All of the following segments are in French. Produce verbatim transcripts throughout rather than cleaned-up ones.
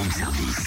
room service.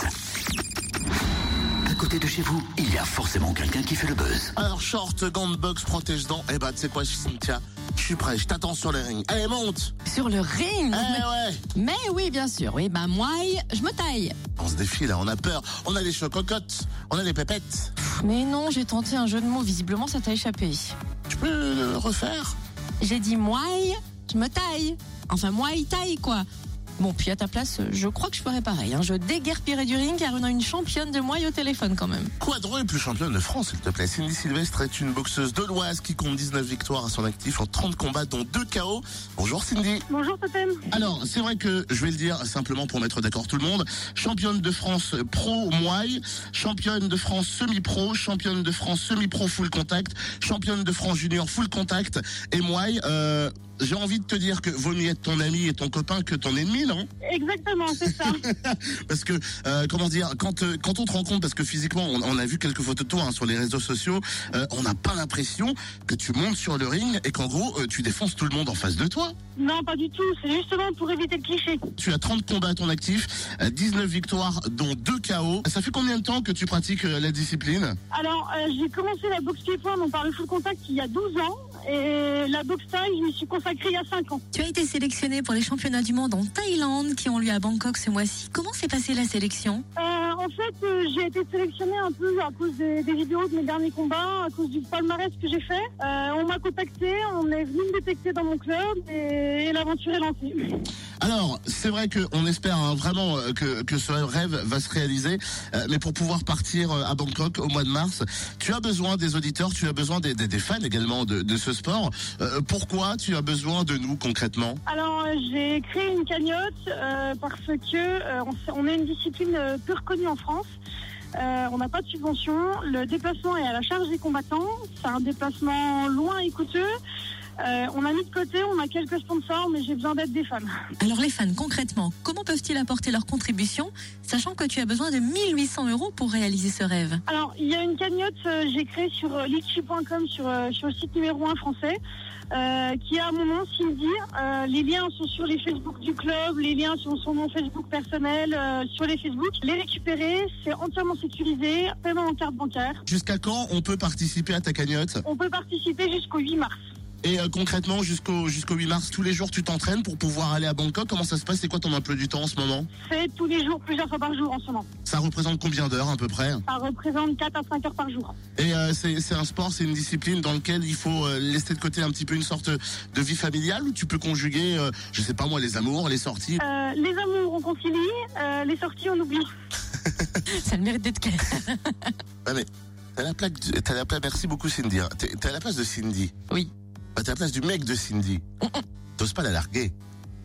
À côté de chez vous, il y a forcément quelqu'un qui fait le buzz. Alors, short, gants de boxe, protège-dents. Eh ben, tu sais quoi, Cynthia, je suis prêt, je t'attends sur le ring. Allez, monte. Sur le ring? Eh ouais. Mais oui, bien sûr. Oui, bah moi, je me taille. On se défie là, on a peur. On a les chococottes, on a les pépettes. Mais non, j'ai tenté un jeu de mots. Visiblement, ça t'a échappé. Tu peux le refaire? J'ai dit moi, je me taille. Enfin, moi, il taille, quoi. Bon, puis à ta place, je crois que je ferais pareil. Hein. Je déguerpirais du ring car on a une championne de moi au téléphone quand même. Quadruple championne de France, s'il te plaît. Cindy Sylvestre est une boxeuse de l'Oise qui compte dix-neuf victoires à son actif en trente combats, dont deux K O. Bonjour Cindy. Bonjour Totem. Alors, c'est vrai que, je vais le dire simplement pour mettre d'accord tout le monde, championne de France pro Muay, championne de France semi-pro, championne de France semi-pro full contact, championne de France junior full contact et Muay, euh... j'ai envie de te dire que vaut mieux être ton ami et ton copain que ton ennemi, non? Exactement, c'est ça. Parce que, euh, comment dire, quand euh, quand on te rend compte, parce que physiquement, on, on a vu quelques photos de toi hein, sur les réseaux sociaux, euh, on n'a pas l'impression que tu montes sur le ring et qu'en gros, euh, tu défonces tout le monde en face de toi. Non, pas du tout. C'est justement pour éviter le cliché. Tu as trente combats à ton actif, euh, dix-neuf victoires, dont deux K O. Ça fait combien de temps que tu pratiques euh, la discipline? Alors, euh, j'ai commencé la boxe pied-point, donc par le full contact, il y a douze ans. Et la boxe taille, je m'y suis consacrée il y a cinq ans. Tu as été sélectionné pour les championnats du monde en Thaïlande qui ont lieu à Bangkok ce mois-ci. Comment s'est passée la sélection? Euh, en fait, euh, j'ai été sélectionnée un peu à cause des, des vidéos de mes derniers combats, à cause du palmarès que j'ai fait. Euh, on m'a contacté, on est venu me détecter dans mon club et, et l'aventure est lancée. Alors, c'est vrai qu'on espère hein, vraiment euh, que, que ce rêve va se réaliser, euh, mais pour pouvoir partir euh, à Bangkok au mois de mars, tu as besoin des auditeurs, tu as besoin des, des, des fans également de, de ce sport. Euh, pourquoi tu as besoin de nous concrètement? Alors, euh, j'ai créé une cagnotte euh, parce que euh, on, on est une discipline euh, peu reconnue en France. Euh, on n'a pas de subvention, le déplacement est à la charge des combattants, c'est un déplacement loin et coûteux. Euh, on a mis de côté, on a quelques sponsors, mais j'ai besoin d'aide des fans. Alors les fans, concrètement, comment peuvent-ils apporter leur contribution, sachant que tu as besoin de mille huit cents euros pour réaliser ce rêve? Alors, il y a une cagnotte, euh, j'ai créée sur euh, litchi point com, sur, euh, sur le site numéro un français, euh, qui a mon nom, Cindy. Euh, les liens sont sur les Facebook du club, les liens sont sur mon Facebook personnel, euh, sur les Facebook. Les récupérer, c'est entièrement sécurisé, paiement en carte bancaire. Jusqu'à quand on peut participer à ta cagnotte? On peut participer jusqu'au huit mars. Et euh, concrètement, jusqu'au jusqu'au huit mars, tous les jours, tu t'entraînes pour pouvoir aller à Bangkok. Comment ça se passe? C'est quoi ton emploi du temps en ce moment? C'est tous les jours, plusieurs fois par jour en ce moment. Ça représente combien d'heures à peu près? Ça représente quatre à cinq heures par jour. Et euh, c'est c'est un sport, c'est une discipline dans laquelle il faut euh, laisser de côté un petit peu une sorte de vie familiale, où tu peux conjuguer, euh, je sais pas moi, les amours, les sorties. Euh, les amours on concilie, euh, les sorties on oublie. Ça a le mérite d'être clair. Ouais, mais t'as la plaque, de- t'as la plaque. Merci beaucoup Cindy. hein. T'es t'es à la place de Cindy. Oui. Bah, t'es à la place du mec de Cindy. T'oses pas la larguer.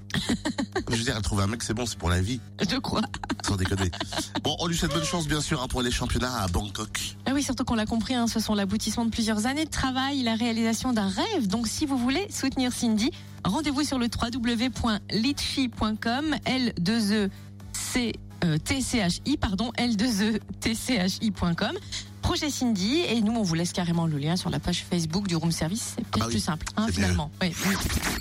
Je veux dire, elle trouve un mec, c'est bon, c'est pour la vie. Je crois. Sans déconner. Bon, on lui souhaite bonne chance, bien sûr, hein, pour les championnats à Bangkok. Ah oui, surtout qu'on l'a compris, hein, ce sont l'aboutissement de plusieurs années de travail, la réalisation d'un rêve. Donc si vous voulez soutenir Cindy, rendez-vous sur le w w w point litchi point com, L deux E C T C H I, pardon, L deux E T C H I point com. Projet Cindy, et nous on vous laisse carrément le lien sur la page Facebook du Room Service, c'est peut-être Ah bah oui, plus simple, hein, c'est finalement. Oui.